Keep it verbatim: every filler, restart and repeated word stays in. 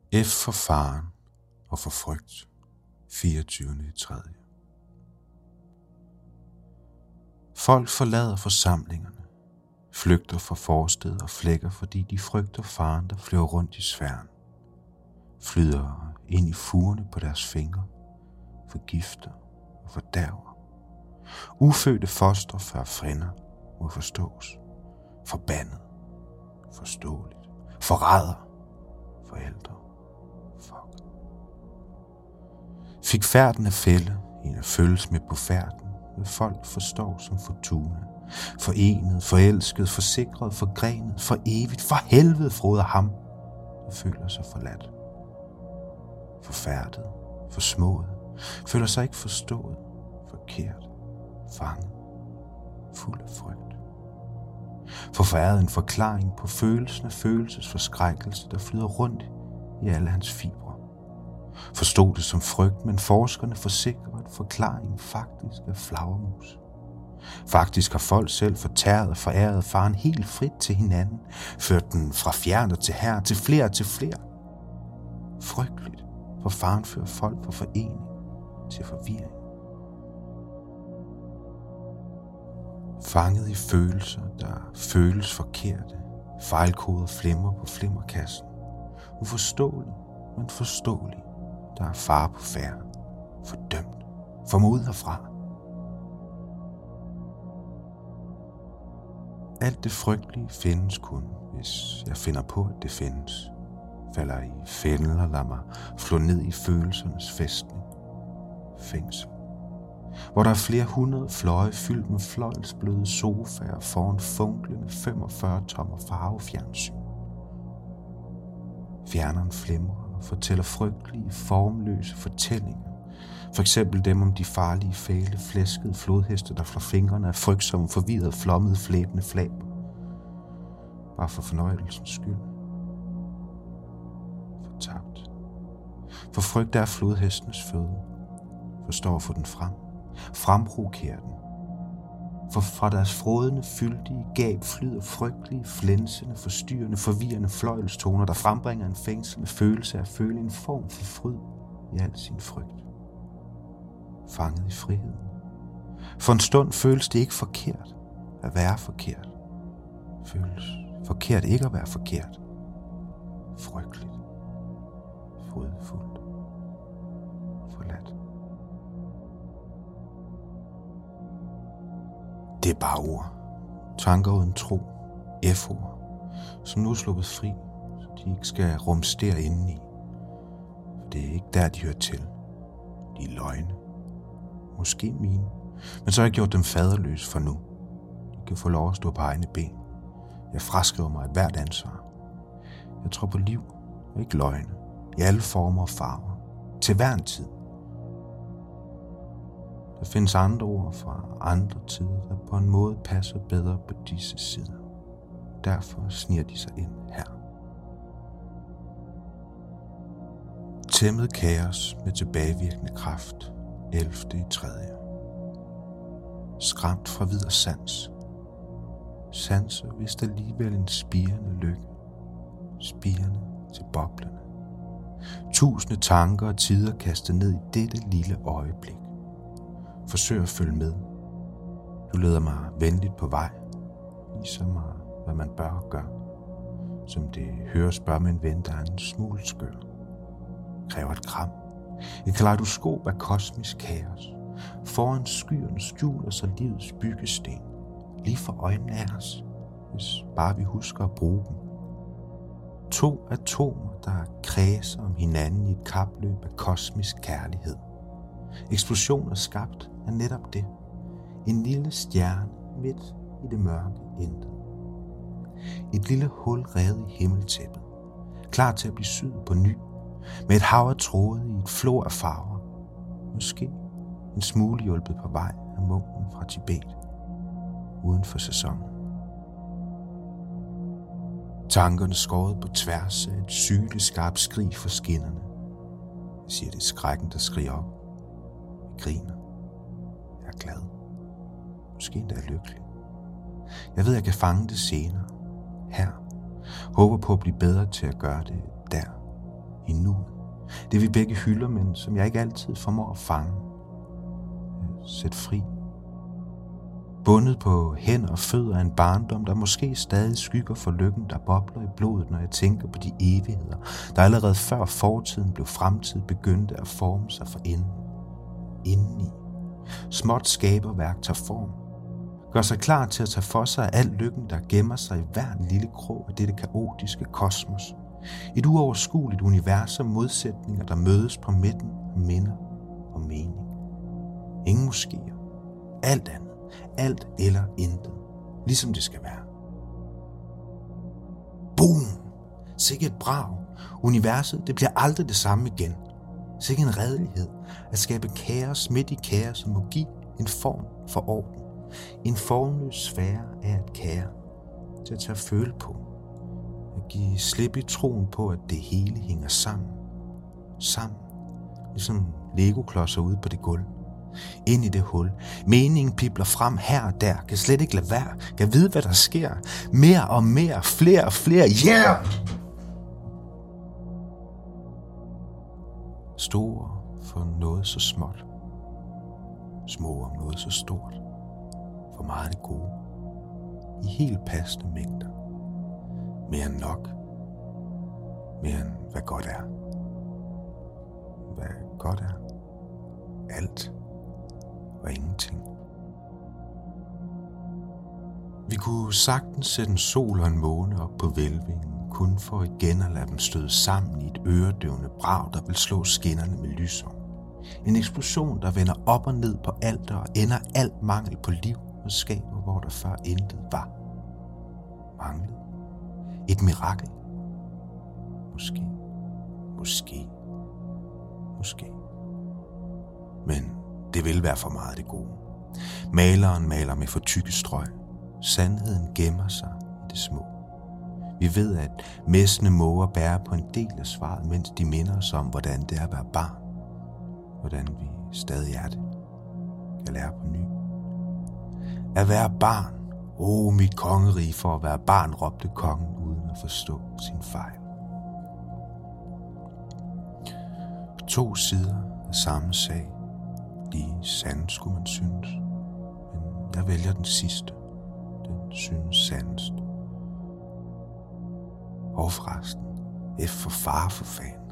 F for faren og for frygt. fireogtyvende tredje Folk forlader forsamlingerne, flygter fra forsteder og flækker, fordi de frygter faren, der flyver rundt i sfæren, flyder ind i fugerne på deres fingre, forgifter og fordærver. Ufødte fostre før frænder må forstås, forbandet, forståeligt, forræder, forældre, fuck. Fik færden af fælde, en at følges med på færden, hvad folk forstår som fortuna. Forenet, forelsket, forsikret, forgrenet, for evigt, for helvede froder ham, der føler sig forladt. Forfærdet, forsmået, føler sig ikke forstået, forkert, fanget, fuld af frygt. Forfærdet en forklaring på følelsen af følelsesforskrækkelse, der flyder rundt i alle hans fibre. Forstod det som frygt, men forskerne forsikrer, at forklaringen faktisk er flagermus. Faktisk har folk selv fortæret og foræret faren helt frit til hinanden, ført den fra fjerner til her, til flere til flere. Frygteligt, for faren fører folk fra forening til forvirring. Fanget i følelser, der føles forkerte, fejlkoder flimmer på flimmerkassen. Uforståelig, men forståelig, der er far på færde, fordømt, formod herfra. Alt det frygtelige findes kun, hvis jeg finder på, at det findes. Falder i fælden og lader mig flå ned i følelsernes fæstning. Fængsel. Hvor der er flere hundrede fløje fyldt med fløjlsbløde sofaer foran funklende femogfyrre tommer farvefjernsyn. Fjerneren flimrer og fortæller frygtelige, formløse fortællinger. For eksempel dem om de farlige, fæle, flæskede flodheste, der flår fingrene af frygtsomme, forvirrede, flommede, flæbende flaber. Bare for fornøjelsens skyld. Fortabt. For frygt er flodhestenes føde. Forstår at få den frem. Fremprovokere den. For fra deres frådende, fyldige gab flyder frygtelige, flænsende, forstyrrende, forvirrende fløjlstoner, der frembringer en fængslende følelse af at føle en form for fryd i al sin frygt. Fanget i friheden. For en stund føles det ikke forkert at være forkert. Føles forkert ikke at være forkert. Frygteligt. Frydefuldt. Forladt. Det er bare ord. Tanker uden tro. F-ord. Som nu er sluppet fri, så de ikke skal rumstere indeni. For det er ikke der, de hører til. De er løgne. Måske mine. Men så har jeg gjort dem faderløse for nu. De kan få lov at stå på egne ben. Jeg fraskriver mig et hvert ansvar. Jeg tror på liv og ikke løgne. I alle former og farver. Til hver en tid. Der findes andre ord fra andre tider, der på en måde passer bedre på disse sider. Derfor sniger de sig ind her. Tæmmet kaos med tilbagevirkende kraft. ellevte tredje Skræmt fra videre sans. Sanser vist alligevel en spirende lykke. Spirende til boblerne. Tusinde tanker og tider kastet ned i dette lille øjeblik. Forsøg at følge med. Du leder mig venligt på vej. Viser mig, hvad man bør gøre. Som det høres bør med en ven, der er en smule skør. Kræver et kram. Et kaleidoskop af kosmisk kaos. Foran skyerne skjuler sig livets byggesten. Lige for øjnene af os, hvis bare vi husker at bruge dem. To atomer, der kredser om hinanden i et kapløb af kosmisk kærlighed. Eksplosioner skabt af netop det. En lille stjerne midt i det mørke intet. Et lille hul revet i himmeltæppet. Klar til at blive syet på ny. Med et hav af tråde i et flor af farver. Måske en smule hjulpet på vej af munken fra Tibet. Uden for sæsonen. Tankerne skåret på tværs af et syleskarpt skrig for skinnerne. Jeg siger, det er skrækken, der skriger op. Jeg griner. Jeg er glad. Måske endda lykkelig. Jeg ved, jeg kan fange det senere. Her. Håber på at blive bedre til at gøre det der. i nuet. Det vi begge hylder, men som jeg ikke altid formår at fange. Sæt fri. Bundet på hænder og fødder af en barndom, der måske stadig skygger for lykken, der bobler i blodet, når jeg tænker på de evigheder, der allerede før fortiden blev fremtid, begyndte at forme sig for enden. Indeni. Småt skaberværk tager form. Gør sig klar til at tage for sig af al lykken, der gemmer sig i hver en lille krog af dette kaotiske kosmos. Et uoverskueligt univers af modsætninger, der mødes på midten af minder og mening. Ingen moskéer. Alt andet. Alt eller intet. Ligesom det skal være. Boom! Sikke et brag. Universet, det bliver aldrig det samme igen. Sikke en redelighed. At skabe kaos midt i kaos og må give en form for orden. En formløs sfære af et kære. Til at tage at føle på. At give slip i troen på, at det hele hænger sammen. Sammen. Ligesom Lego-klodser ude på det gulv. Ind i det hul. Meningen pibler frem her og der. Kan slet ikke lade være. Kan vide, hvad der sker. Mere og mere. Flere og flere. Yeah! Store for noget så småt. Små om noget så stort. For meget det gode. I helt passende mængder. Mere end nok. Mere end hvad godt er. Hvad godt er. Alt og ingenting. Vi kunne sagtens sætte en sol og en måne op på hvælvingen, kun for igen at lade dem støde sammen i et øredøvende brag, der vil slå skinnerne med lysår. En eksplosion, der vender op og ned på alt og ender alt mangel på liv og skaber, hvor der før intet var. Manglet. Et mirakel. Måske. Måske. Måske. Men det vil være for meget det gode. Maleren maler med for tykke strøg. Sandheden gemmer sig i det små. Vi ved, at messende måger bærer på en del af svaret, mens de minder os om, hvordan det er at være barn. Hvordan vi stadig er det. Kan lære på ny. At være barn. Åh, oh, mit kongerige for at være barn, råbte kongen uden at forstå sin fejl. To sider af samme sag. Lige sande skulle man synes. Men jeg vælger den sidste. Den synes sandest. Og forresten, F for far for fan.